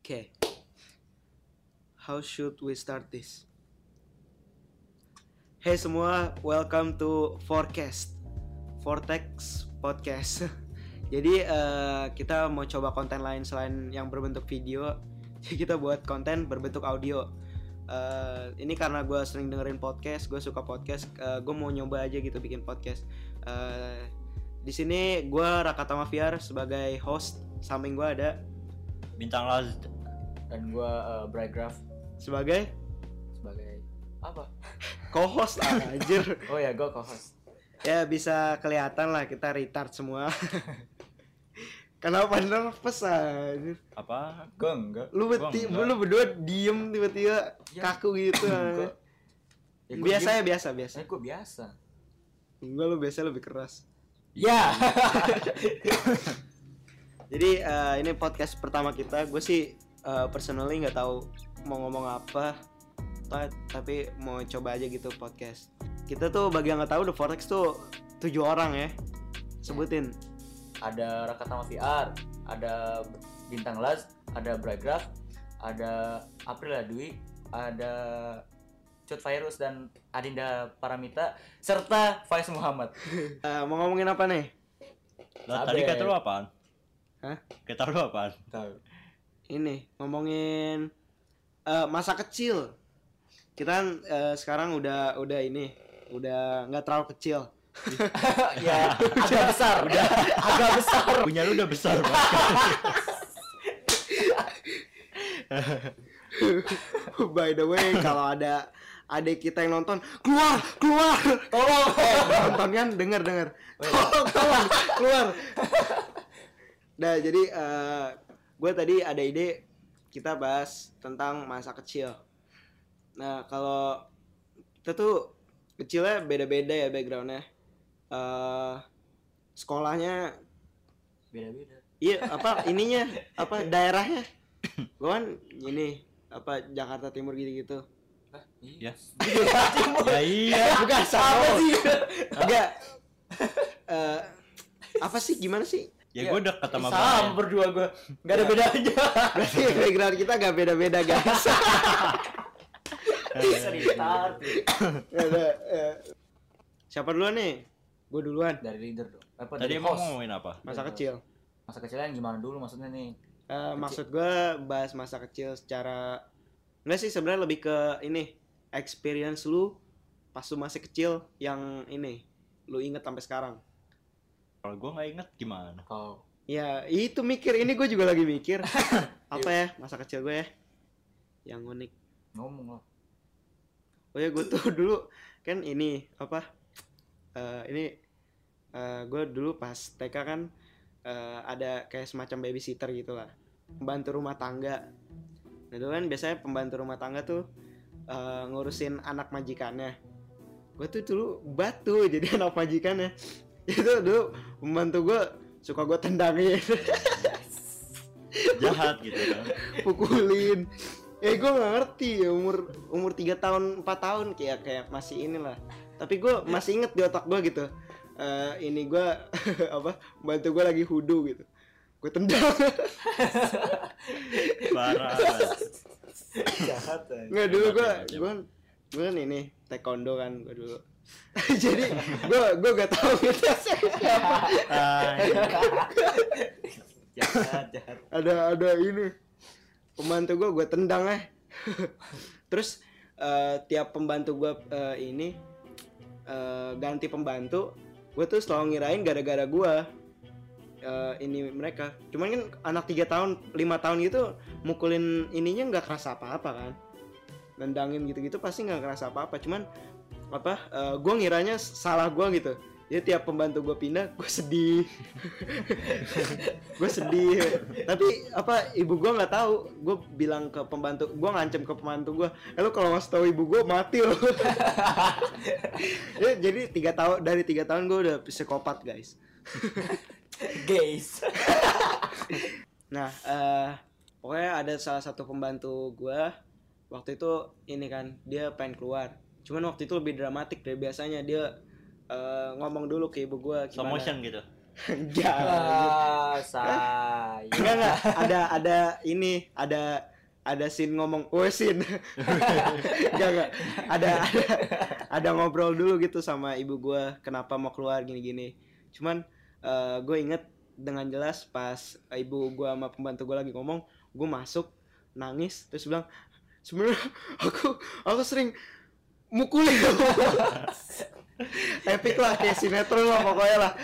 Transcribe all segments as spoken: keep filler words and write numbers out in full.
Okay. How should we start this? Hey semua, welcome to Forecast Vortex Podcast. Jadi uh, kita mau coba konten lain selain yang berbentuk video. Jadi kita buat konten berbentuk audio. Uh, ini karena gue sering dengerin podcast, gue suka podcast. Uh, gue mau nyoba aja gitu bikin podcast. Uh, di sini gue Rakata Mafiar sebagai host. Samping gue ada Bintang Laz dan gue uh, Braigraph sebagai sebagai apa? co-host anjir. Oh ya, gue co-host. Ya bisa kelihatan lah kita retard semua. Kenapa nervous anjir? apa? Gue enggak. Lu beti, lu berdua diem tiba-tiba ya. Kaku gitu. Gua, ya, biasa ya biasa biasa. Eh, gue biasa. Enggak, lu biasa lebih keras. Ya. Jadi uh, ini podcast pertama kita. Gue sih uh, personally nggak tahu mau ngomong apa, tapi mau coba aja gitu podcast. Kita tuh bagi yang nggak tahu The Vortex tuh tujuh orang ya. Sebutin. Ada Rakata Mafiar, ada Bintang Laz, ada Braigraph, ada April Dwi, ada Cut Virus dan Adinda Paramita serta Faiz Muhammad. Uh, mau ngomongin apa nih? Lah tadi kata lu apaan? Hah? Kata lu apaan? Tahu. Ini ngomongin uh, masa kecil. Kita kan uh, sekarang udah udah ini, udah nggak terlalu kecil. Ya, agak besar. Udah agak besar. Punya lu udah besar banget. By the way, kalau ada adik kita yang nonton, keluar, keluar, tolong. Eh, nonton kan, denger, denger. Tolong, tolong, keluar. Nah, jadi uh, gue tadi ada ide kita bahas tentang masa kecil. Nah, kalau kita tuh kecilnya beda-beda ya backgroundnya. Uh, sekolahnya beda-beda. iya, apa ininya, apa daerahnya? Gue kan ini apa Jakarta Timur gitu-gitu. Hah? Iya. Ya iya. Bukan sama sih. Enggak. Uh, apa sih gimana sih? Ya gue dekat sama sama Brian. berdua gue. Enggak ada bedanya. Berarti background kita gak beda-beda guys. Bisa di-start. Ada, uh, siapa duluan nih? Gue duluan. Dari leader dong. Apa, Tadi dari emang host? mau ngomongin apa? Masa kecil. Masa kecilnya yang gimana dulu maksudnya nih? Uh, maksud gue bahas masa kecil secara enggak sih, sebenarnya lebih ke ini experience lu pas lu masih kecil yang ini lu inget sampai sekarang. Kalau gue nggak inget gimana? Kau. Ya itu mikir, ini gue juga lagi mikir. Apa ya masa kecil gue ya yang unik. Ngomong lah. Oh ya, gue tuh dulu kan ini apa uh, ini uh, gue dulu pas T K kan uh, ada kayak semacam babysitter gitu lah, pembantu rumah tangga. Nah dulu kan biasanya pembantu rumah tangga tuh uh, ngurusin anak majikannya. Gue tuh dulu batu jadi anak majikannya. Itu dulu pembantu gue suka gue tendangin. Jahat gitu kan. Pukulin. Eh gue nggak ngerti ya, umur umur tiga tahun empat tahun kayak kayak masih inilah. Tapi gue masih inget di otak gue gitu. Uh, ini gue apa bantu gue lagi hudu gitu, gue tendang. Parah. Jahat aja. Nggak, dulu gue gue gue kan ini taekwondo kan gue dulu. Jadi gue gue gak tahu gitu siapa. Jahat, jahat. Ada ada ini pembantu gue gue tendang eh. Terus uh, tiap pembantu gue uh, ini uh, ganti pembantu, gue tuh selalu ngirain gara-gara gue uh, ini mereka. Cuman kan anak tiga tahun lima tahun gitu mukulin ininya nggak kerasa apa-apa kan, nendangin gitu-gitu pasti nggak kerasa apa-apa. Cuman apa uh, gue ngiranya salah gue gitu. Jadi tiap pembantu gue pindah, gue sedih. Gue sedih. Tapi apa ibu gue nggak tahu. Gue bilang ke pembantu, gue ngancem ke pembantu gue, eh lu kalau ngasih tahu ibu gue mati lo. Ya, jadi tiga tahun dari tiga tahun gue udah psikopat guys. Guys. Nah, uh, pokoknya ada salah satu pembantu gue waktu itu ini kan dia pengen keluar. Cuman waktu itu lebih dramatik dari biasanya, dia uh, ngomong dulu ke ibu gue Slow motion gitu. Enggak. Ah, saya. Enggak enggak, ada ada ini, ada ada scene ngomong, "Oh, scene." Enggak enggak. Ada ada ada ngobrol dulu gitu sama ibu gua kenapa mau keluar gini-gini. Cuman uh, gue inget dengan jelas pas ibu gua sama pembantu gua lagi ngomong, gue masuk nangis terus bilang, "Sebenarnya aku aku sering mukulin." Epic lah, kayak sinetron lah pokoknya lah.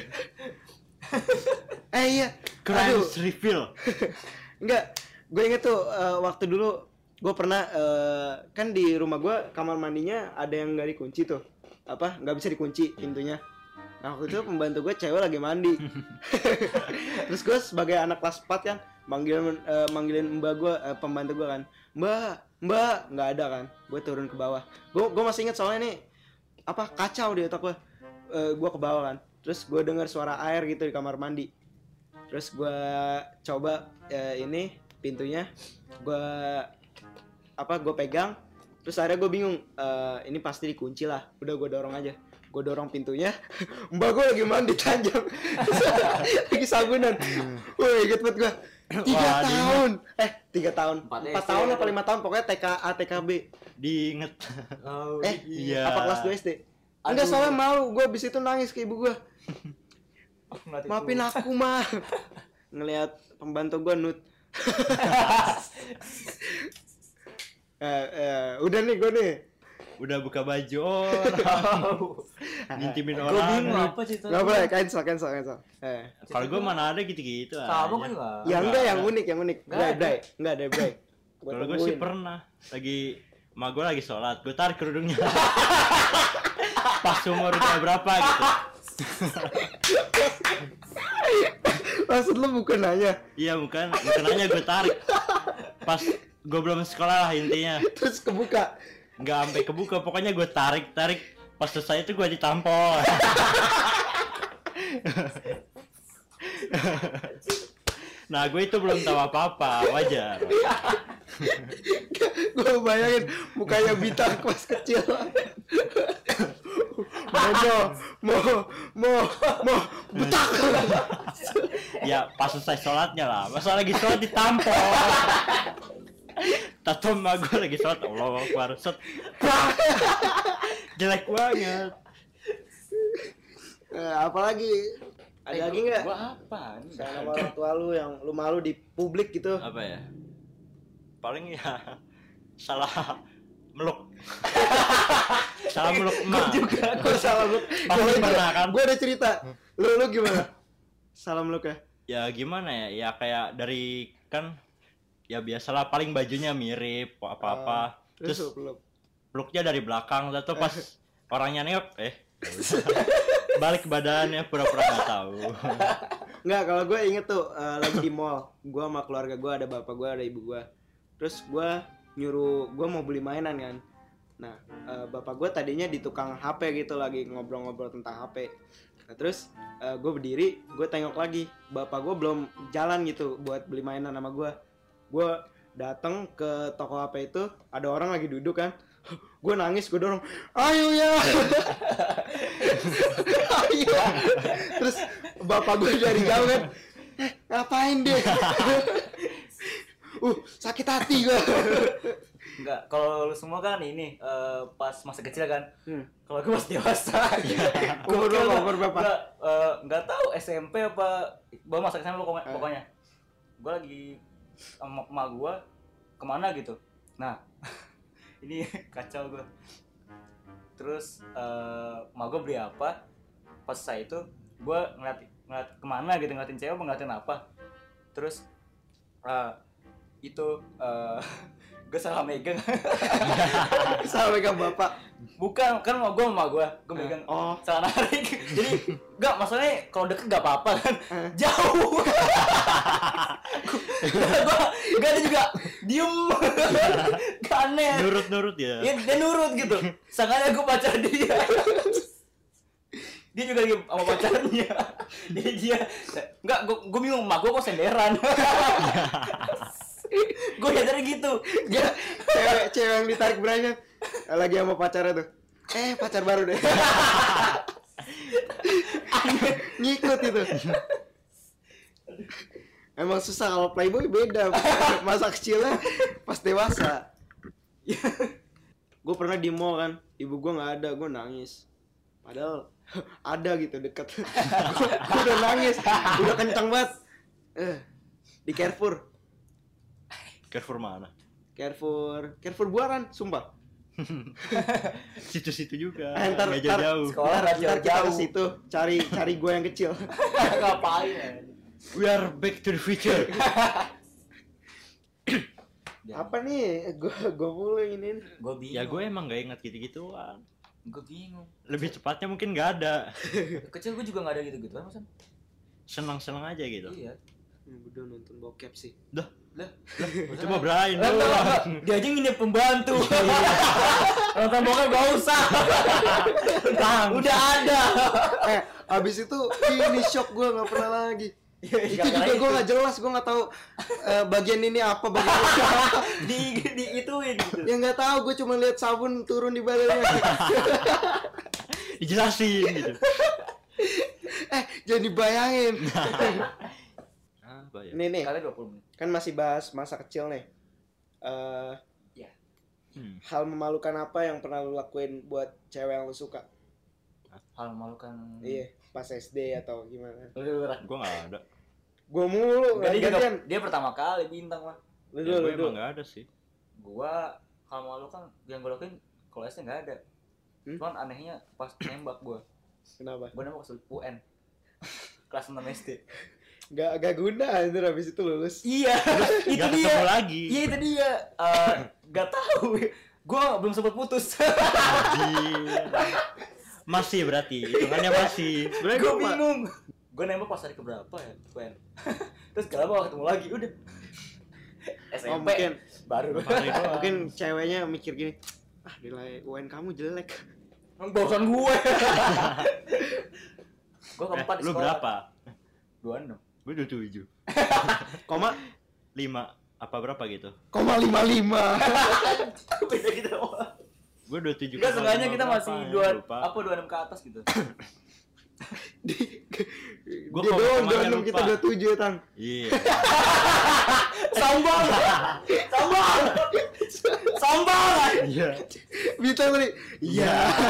Eh iya, aduh, Crimes reveal. enggak, gue inget tuh uh, waktu dulu gue pernah uh, kan di rumah gue kamar mandinya ada yang nggak dikunci tuh, apa nggak bisa dikunci pintunya. Nah waktu itu pembantu gue cewek lagi mandi. Terus gue sebagai anak kelas empat kan manggil uh, manggilin mbak gue, uh, pembantu gue kan, "Mbak, mbak," nggak ada kan. Gue turun ke bawah. Gue gue masih inget soalnya nih apa kacau di otak gue. Uh, gue ke bawah kan. Terus gue dengar suara air gitu di kamar mandi. Terus gue coba uh, ini pintunya, gue apa gue pegang. Terus akhirnya gue bingung, uh, ini pasti dikunci lah. Udah gue dorong aja. Gue dorong pintunya, mbak gue lagi mandi telanjang. Lagi sabunan. Wih, inget banget gue. Tiga Wah, tahun. Eh, tiga tahun. Empat Empat S D tahun ya, apa lima tahun? Pokoknya T K A, T K B. Diinget. Oh, Eh, iya. apa kelas dua S D? Enggak, Aduh. soalnya malu. Gue abis itu nangis ke ibu gue. ngeliat itu. Maafin aku, mah. Ngelihat pembantu gue nut. eh, eh, udah nih gue nih. Udah buka baju orang. Ngintimin Gue orang. bingung apa sih itu. Gak boleh, cancel, cancel, cancel. Eh. Kalau gue mana ada gitu-gitu Sama aja. kan enggak? Ya enggak, yang unik, yang unik. Nggak Bray, ada. bray. Enggak ada bray. Gua Kalau gue sih tungguin. pernah lagi ma gue lagi sholat, gue tarik kerudungnya. Pas umur udah berapa gitu. Maksud lu bukan nanya. Iya bukan, bukan aja gue tarik. Pas gue belum sekolah lah intinya. Terus kebuka. Nggak sampai kebuka, pokoknya gue tarik tarik. Pas selesai itu gue ditampol. Nah gue itu belum tahu apa-apa, wajar. Gue bayangin mukanya bintang pas kecil. Mau mau mau mau butak. Ya pas selesai sholatnya lah, masa lagi sholat ditampol. Tato emak gue lagi sholat, Allah Akbar, set. Jelek banget. Eh, apalagi ada lagi nggak? Gua apa? Sama orang tua lu yang lu malu di publik gitu. Apa ya? Paling ya salah meluk. Salah meluk emak. Juga gue salah lu. Pasti pernah kan? Gue ada cerita. Lu lu gimana? Salam lu ya? Ya gimana ya? Ya kayak dari kan ya biasalah paling bajunya mirip apa-apa. Terus Terus peluk. peluknya dari belakang, tuh pas orangnya nengok, eh balik ke badannya pura-pura nggak tahu. Nggak, kalau gue inget tuh uh, lagi di mall, gue sama keluarga gue, ada bapak gue, ada ibu gue. Terus gue nyuruh, gue mau beli mainan kan. Nah, uh, bapak gue tadinya di tukang H P gitu, lagi ngobrol-ngobrol tentang H P. Nah, terus uh, gue berdiri, gue tengok lagi, bapak gue belum jalan gitu buat beli mainan sama gue. Gue datang ke toko H P itu, ada orang lagi duduk kan. Gue nangis, gue dorong, ayo ya. Ayo. Terus bapak gue dari jauh kan, eh, ngapain deh? uh sakit hati gue. Enggak, kalau lu semua kan ini eh, pas masa kecil kan. Hmm. Kalau gue pas dewasa. Umur Gokil, berapa, gua- umur berapa? gua, eh, nggak tahu S M P apa bawa masa kecil pokoknya. Eh. pokoknya. Gue lagi sama emak gue kemana gitu. Nah, ini kacau gue. Terus eh emak gue beli apa? Pas saya itu gue ngeliat ngeliat kemana gitu, ngeliatin cewek, ngeliatin apa. Terus eh, itu eh gue salah megang. Salah megang bapak. Bukan, kan mau gue sama gue, gue megang Oh. celana narik. Jadi enggak, masalahnya kalau deket enggak apa-apa kan. Eh. Jauh. Gue enggak, ada juga diem. Gak aneh. Nurut-nurut ya. Ya, dia nurut gitu. Sangkanya gue pacar dia. Dia juga lagi sama pacarnya. Jadi dia enggak, gue gue bingung, emak gue kok senderan. Gue nyadar gitu. Dia Cewek cewek yang ditarik beranya lagi sama pacarnya tuh. Eh, pacar baru deh. ngikut itu. Emang susah kalau Playboy beda. Masa kecilnya pas dewasa. Gue pernah di mall kan, ibu gue nggak ada, gue nangis. Padahal ada gitu deket. Gue udah nangis, udah kencang banget. Eh, di Carrefour. Carrefour mana? Carrefour, Carrefour Buaran, sumpah. Situ-situ juga. Eh, ntar, Nggak ntar, jauh-jauh. Sekolah ntar, ntar kita jauh. ke situ cari cari gue yang kecil. Ngapain ya? We are back to the future. Apa nih? Gue gue mulai ini. Gue bingung. Ya gue emang gak inget gitu-gituan. Gue bingung. Lebih cepatnya mungkin gak ada. Kecil gue juga nggak ada gitu-gitu kan, Masan? Senang-senang aja gitu. Iya. Hmm, udah nonton bokep sih. Dah, Lah, coba Brian Lah, enggak, doang. enggak. Dia aja nginep pembantu. Nonton bokep gak usah. Tang. Udah ada. Eh, abis itu ini shock gue nggak pernah lagi. Itu Gara-gara juga gue itu. nggak jelas, gue nggak tahu eh, bagian ini apa bagian ini apa. di di ituin gitu. Ya nggak tahu, gue cuma lihat sabun turun di badannya. Dijelasin gitu. Eh, jangan dibayangin. Apa ya? Nih nih, Kali dua puluh menit. kan masih bahas masa kecil nih. Eh, Ya. Hmm. hal memalukan apa yang pernah lu lakuin buat cewek yang lu suka? Hal memalukan. Iya, pas S D atau gimana? Lu Rak. Gue gak ada. Gue mulu, Enggak, dia, juga- gantian. dia pertama kali bintang mah. Lu Ya, dulu, gue lu dulu. emang gak ada sih. Gua hal memalukan yang gue lakuin kalau S D nggak ada. Hmm? Cuman anehnya pas nembak gua. Kenapa? Gua nembak pas U N. Kelas enam S D. Gak, gak guna anjir habis itu lulus. Iya, itu Gak dia. ketemu lagi. Iya itu dia. Eh, gak tahu. Gua belum sempat putus. Anjir. Masih berarti, hitungannya masih. Sebenarnya Gue gua ma- bingung. Gue nembak pas hari keberapa ya, U N. Terus gak lama ketemu lagi, udah. S M P Oh, mungkin baru. Hari doang. mungkin ceweknya mikir gini, ah nilai U N kamu jelek. Bosan gue. Gue Eh, keempat di lu sekolah. berapa? dua puluh enam. Gue udah tujuh. Koma Lima. Apa berapa gitu? koma lima lima. Beda gitu. Gue dua tujuh. Enggak, seenggaknya kita masih dua Lupa. apa dua enam ke atas gitu. Gua Dia koma- doang komanya dua enam, kita lupa. dua tujuh Tan. Iya. Sombong. Sombong. Sombong. Iya. Bintang tadi. Iya.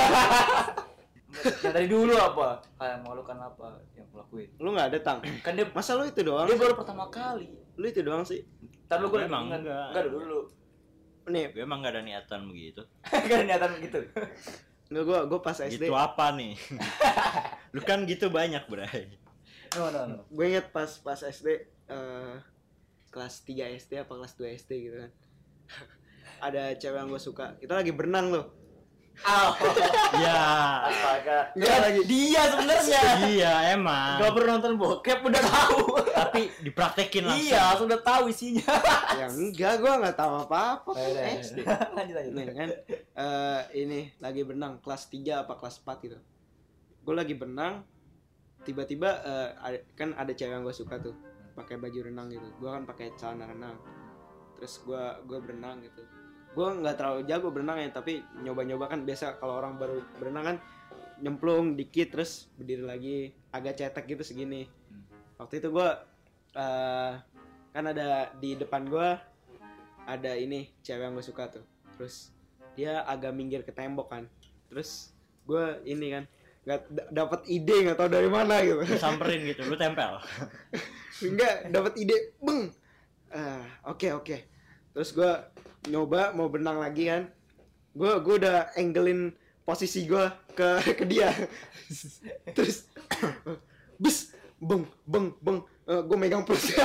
Yang dari dulu apa? Kayak memalukan apa yang aku lakuin? Lu enggak ada Tang. Kan dia Masa lu itu doang? dia sih? baru pertama kali. Lu itu doang sih. Entar lu gue Gua emang ingat. enggak. Enggak dulu. Nih, Gue emang gak ada niatan begitu. Gak ada niatan begitu. enggak gua gua pas S D. Gitu apa nih? Lu kan gitu banyak, Bray. No no no. Gue inget pas pas S D eh, kelas tiga S D apa kelas dua S D gitu kan. Ada cewek yang gue suka. Kita lagi berenang loh. Oh. Ya. Astaga. Enggak lagi. Dia sebenarnya Iya, emang. gak pernah nonton bokep udah tahu. Tapi dipraktekin langsung. Iya, sudah tahu isinya. Ya enggak, gua enggak tahu apa-apa. Ayo, ayo, S D. lanjut lanjut. Nih kan eh, ini lagi berenang kelas tiga apa kelas empat gitu. Gue lagi berenang, tiba-tiba eh, ada- kan ada cewek yang gue suka tuh, pakai baju renang gitu. Gue kan pakai celana renang. Terus gue gue berenang gitu. Gue nggak terlalu jago berenang ya, tapi nyoba-nyoba kan biasa kalau orang baru berenang kan nyemplung dikit terus berdiri lagi, agak cetek gitu segini. Waktu itu gue eh, kan ada di depan gue ada ini cewek yang gue suka tuh. Terus dia agak minggir ke tembok kan. Terus gue ini kan nggak d- dapat ide, nggak tahu dari mana gitu. Lu samperin gitu, lu tempel. Enggak dapat ide, beng. Ah, oke oke. Terus gue nyoba mau berenang lagi kan. Gue gue udah anglein posisi gue ke ke dia. Terus bus beng beng beng. Gue megang perutnya.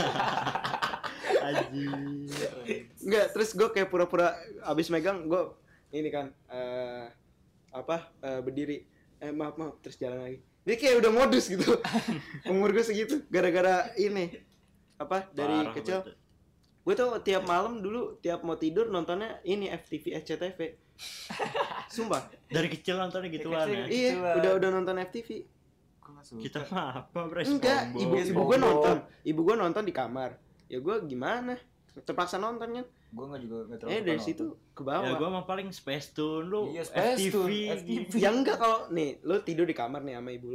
Anjir. Enggak, terus gue kayak pura-pura abis megang gue ini kan eh apa eh, berdiri eh maaf maaf terus jalan lagi. Dia kayak udah modus gitu. Umur gue segitu gara-gara ini apa dari Parah kecil. betul. Gue tuh tiap malam dulu tiap mau tidur nontonnya ini F T V S C T V. Sumpah. Dari kecil nontonnya gituan kecil. ya. Iya, Gituan. udah udah nonton F T V. Kita mah apa, Bray? Enggak, SpongeBob. ibu Iya, ibu gue SpongeBob. nonton. Ibu gue nonton di kamar. Ya gue gimana? Terpaksa nonton kan. Gue nggak juga nggak terlalu Eh suka dari nonton. situ ke Ya bawah. gua mah paling Space Tune lu Iya, F Space T V. Tune, F T V. Ya enggak kalau nih lu tidur di kamar nih sama ibu lu.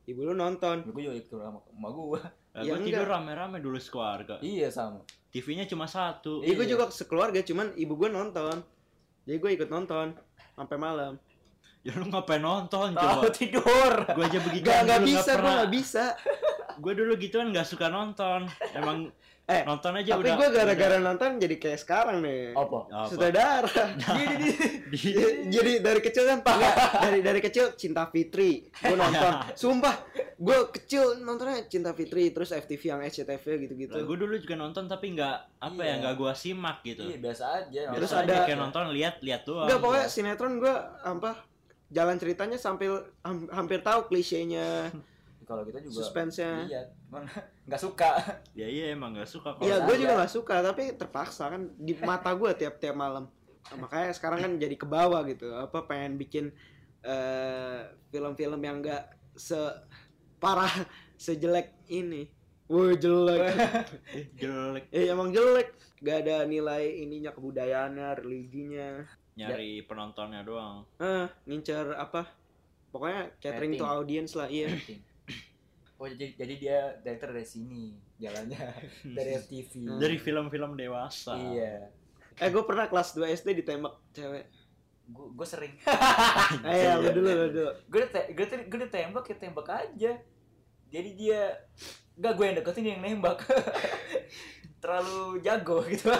ibu lu nonton. Gue juga ikut sama emak gue. Nah, Ya, gue tidur enggak. rame-rame dulu sekeluarga. Iya sama. T V-nya cuma satu. Iya, gue Iya. juga sekeluarga, cuman ibu gue nonton. Jadi gue ikut nonton sampai malam. Ya lu ngapain nonton Tahu coba? tidur. Gue aja begitu Gak, gak dulu bisa, gue pernah. gak bisa. Gue dulu gituan nggak suka nonton. Emang Eh, nonton aja tapi udah. gue gara-gara nonton jadi kayak sekarang nih. Apa? Apa? Sutradara. Jadi di Di- Jadi dari kecil kan Enggak, dari dari kecil Cinta Fitri gue nonton. Sumpah, gue kecil nontonnya Cinta Fitri, terus F T V yang S C T V gitu-gitu. Gue dulu juga nonton tapi nggak apa Iya. ya nggak gue simak gitu. Iya biasa aja. Biasa Terus aja ada- kayak nonton lihat-lihat doang. Enggak, pokoknya sinetron gue apa jalan ceritanya sampai ham- hampir tahu klisenya, Kalau kita juga suspense-nya. Iya, cuman nggak suka. Ya iya emang nggak suka kalau. Iya, Kalau gue saya- juga gak suka, tapi terpaksa kan di mata gue tiap-tiap malam. Nah, makanya sekarang kan jadi ke bawah gitu. Apa pengen bikin eh, film-film yang gak separah sejelek ini. Woi jelek. Eh, jelek Eh emang jelek. Gak ada nilai ininya, kebudayaannya, religinya. nyari penontonnya doang. Eh, ngincer apa? Pokoknya catering Rating. to audience lah, iya. Oh jadi jadi dia director dari sini jalannya dari F T V. Dari film-film dewasa. Iya. Eh gue pernah kelas dua S D ditembak cewek. Gue gue sering. Eh ya, lu dulu, lu dulu. gue te gue te- gue ditembak ya tembak aja. Jadi dia enggak gue yang deketin dia yang nembak. Terlalu jago gitu.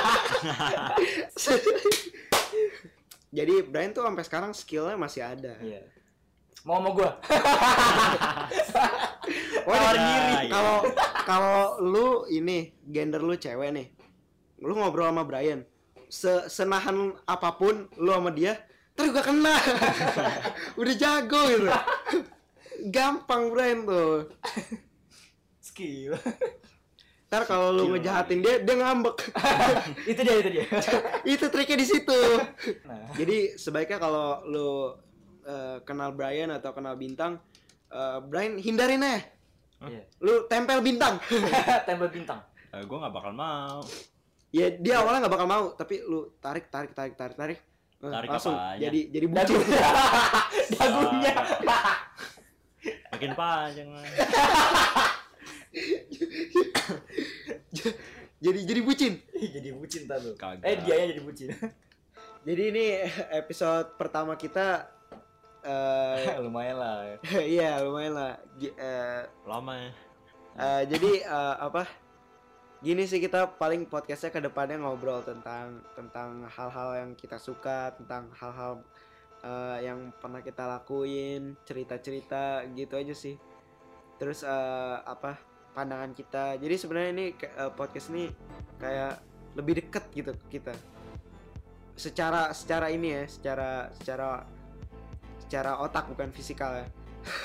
Jadi Brian tuh sampai sekarang skillnya masih ada. Iya. Mau sama gue. Wah, Tawarin nih, diri. Kalau kalau lu ini gender lu cewek nih, lu ngobrol sama Brian, se senahan apapun lu sama dia, terus juga kena. Udah jago gitu. Gampang Brian tuh. Skill. Ntar kalau lu Skill ngejahatin dia, dia ngambek. Itu dia itu dia. Itu triknya di situ. Nah. Jadi sebaiknya kalau lu eh, kenal Brian atau kenal Bintang, eh, Brian hindarin aja. Iya. Lu tempel Bintang. Tempel bintang. Eh, gue nggak bakal mau. Ya dia awalnya nggak bakal mau, tapi lu tarik tarik tarik tarik tarik, Eh, Tarik langsung apanya? jadi jadi bucin. Dagunya. Makin panjang lah. jadi jadi bucin. Jadi bucin tadi. Kagak. Eh dianya jadi bucin. Jadi ini episode pertama kita. eh Lumayan lah. Iya lumayan lah. Gi- eh, Lama ya. eh, jadi eh, apa? Gini sih kita paling podcastnya ke depannya ngobrol tentang tentang hal-hal yang kita suka, tentang hal-hal eh, yang pernah kita lakuin, cerita-cerita gitu aja sih. Terus eh, apa pandangan kita. Jadi sebenarnya ini ke- eh, podcast ini kayak lebih deket gitu ke kita. Secara secara ini ya, secara secara secara otak bukan fisikal ya.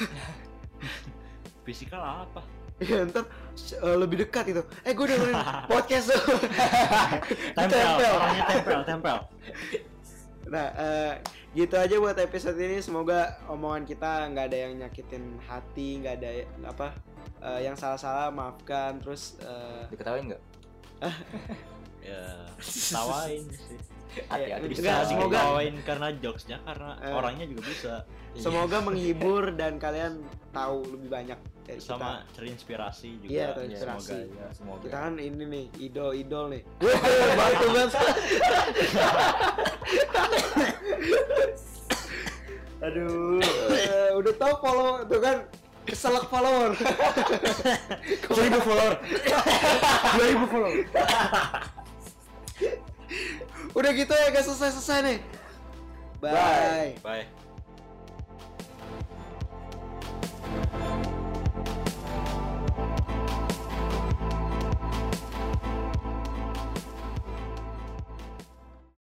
Fisikal apa? Ya ntar eh, lebih dekat itu. Eh gue dengerin podcast tuh. Tempel. Tempel. Orangnya tempel, tempel. Nah, eh, gitu aja buat episode ini. Semoga omongan kita nggak ada yang nyakitin hati, nggak ada apa eh, yang salah-salah maafkan. Terus eh, Diketawain enggak? Ya, tawain sih. Hati-hati. Enggak, Bisa semoga- diketawain karena jokesnya, karena Eh. orangnya juga bisa. semoga menghibur dan kalian tahu lebih banyak dari Sama kita. terinspirasi juga. Iya, Iya, terinspirasi. Semoga ya. Semoga. Kita kan ini nih idol-idol nih. Bantu banget. Aduh. Eh, udah tau follow tuh kan keselak follower. Seribu follower. dua ribu follower. Udah gitu ya, gak selesai-selesai nih. Bye. Bye.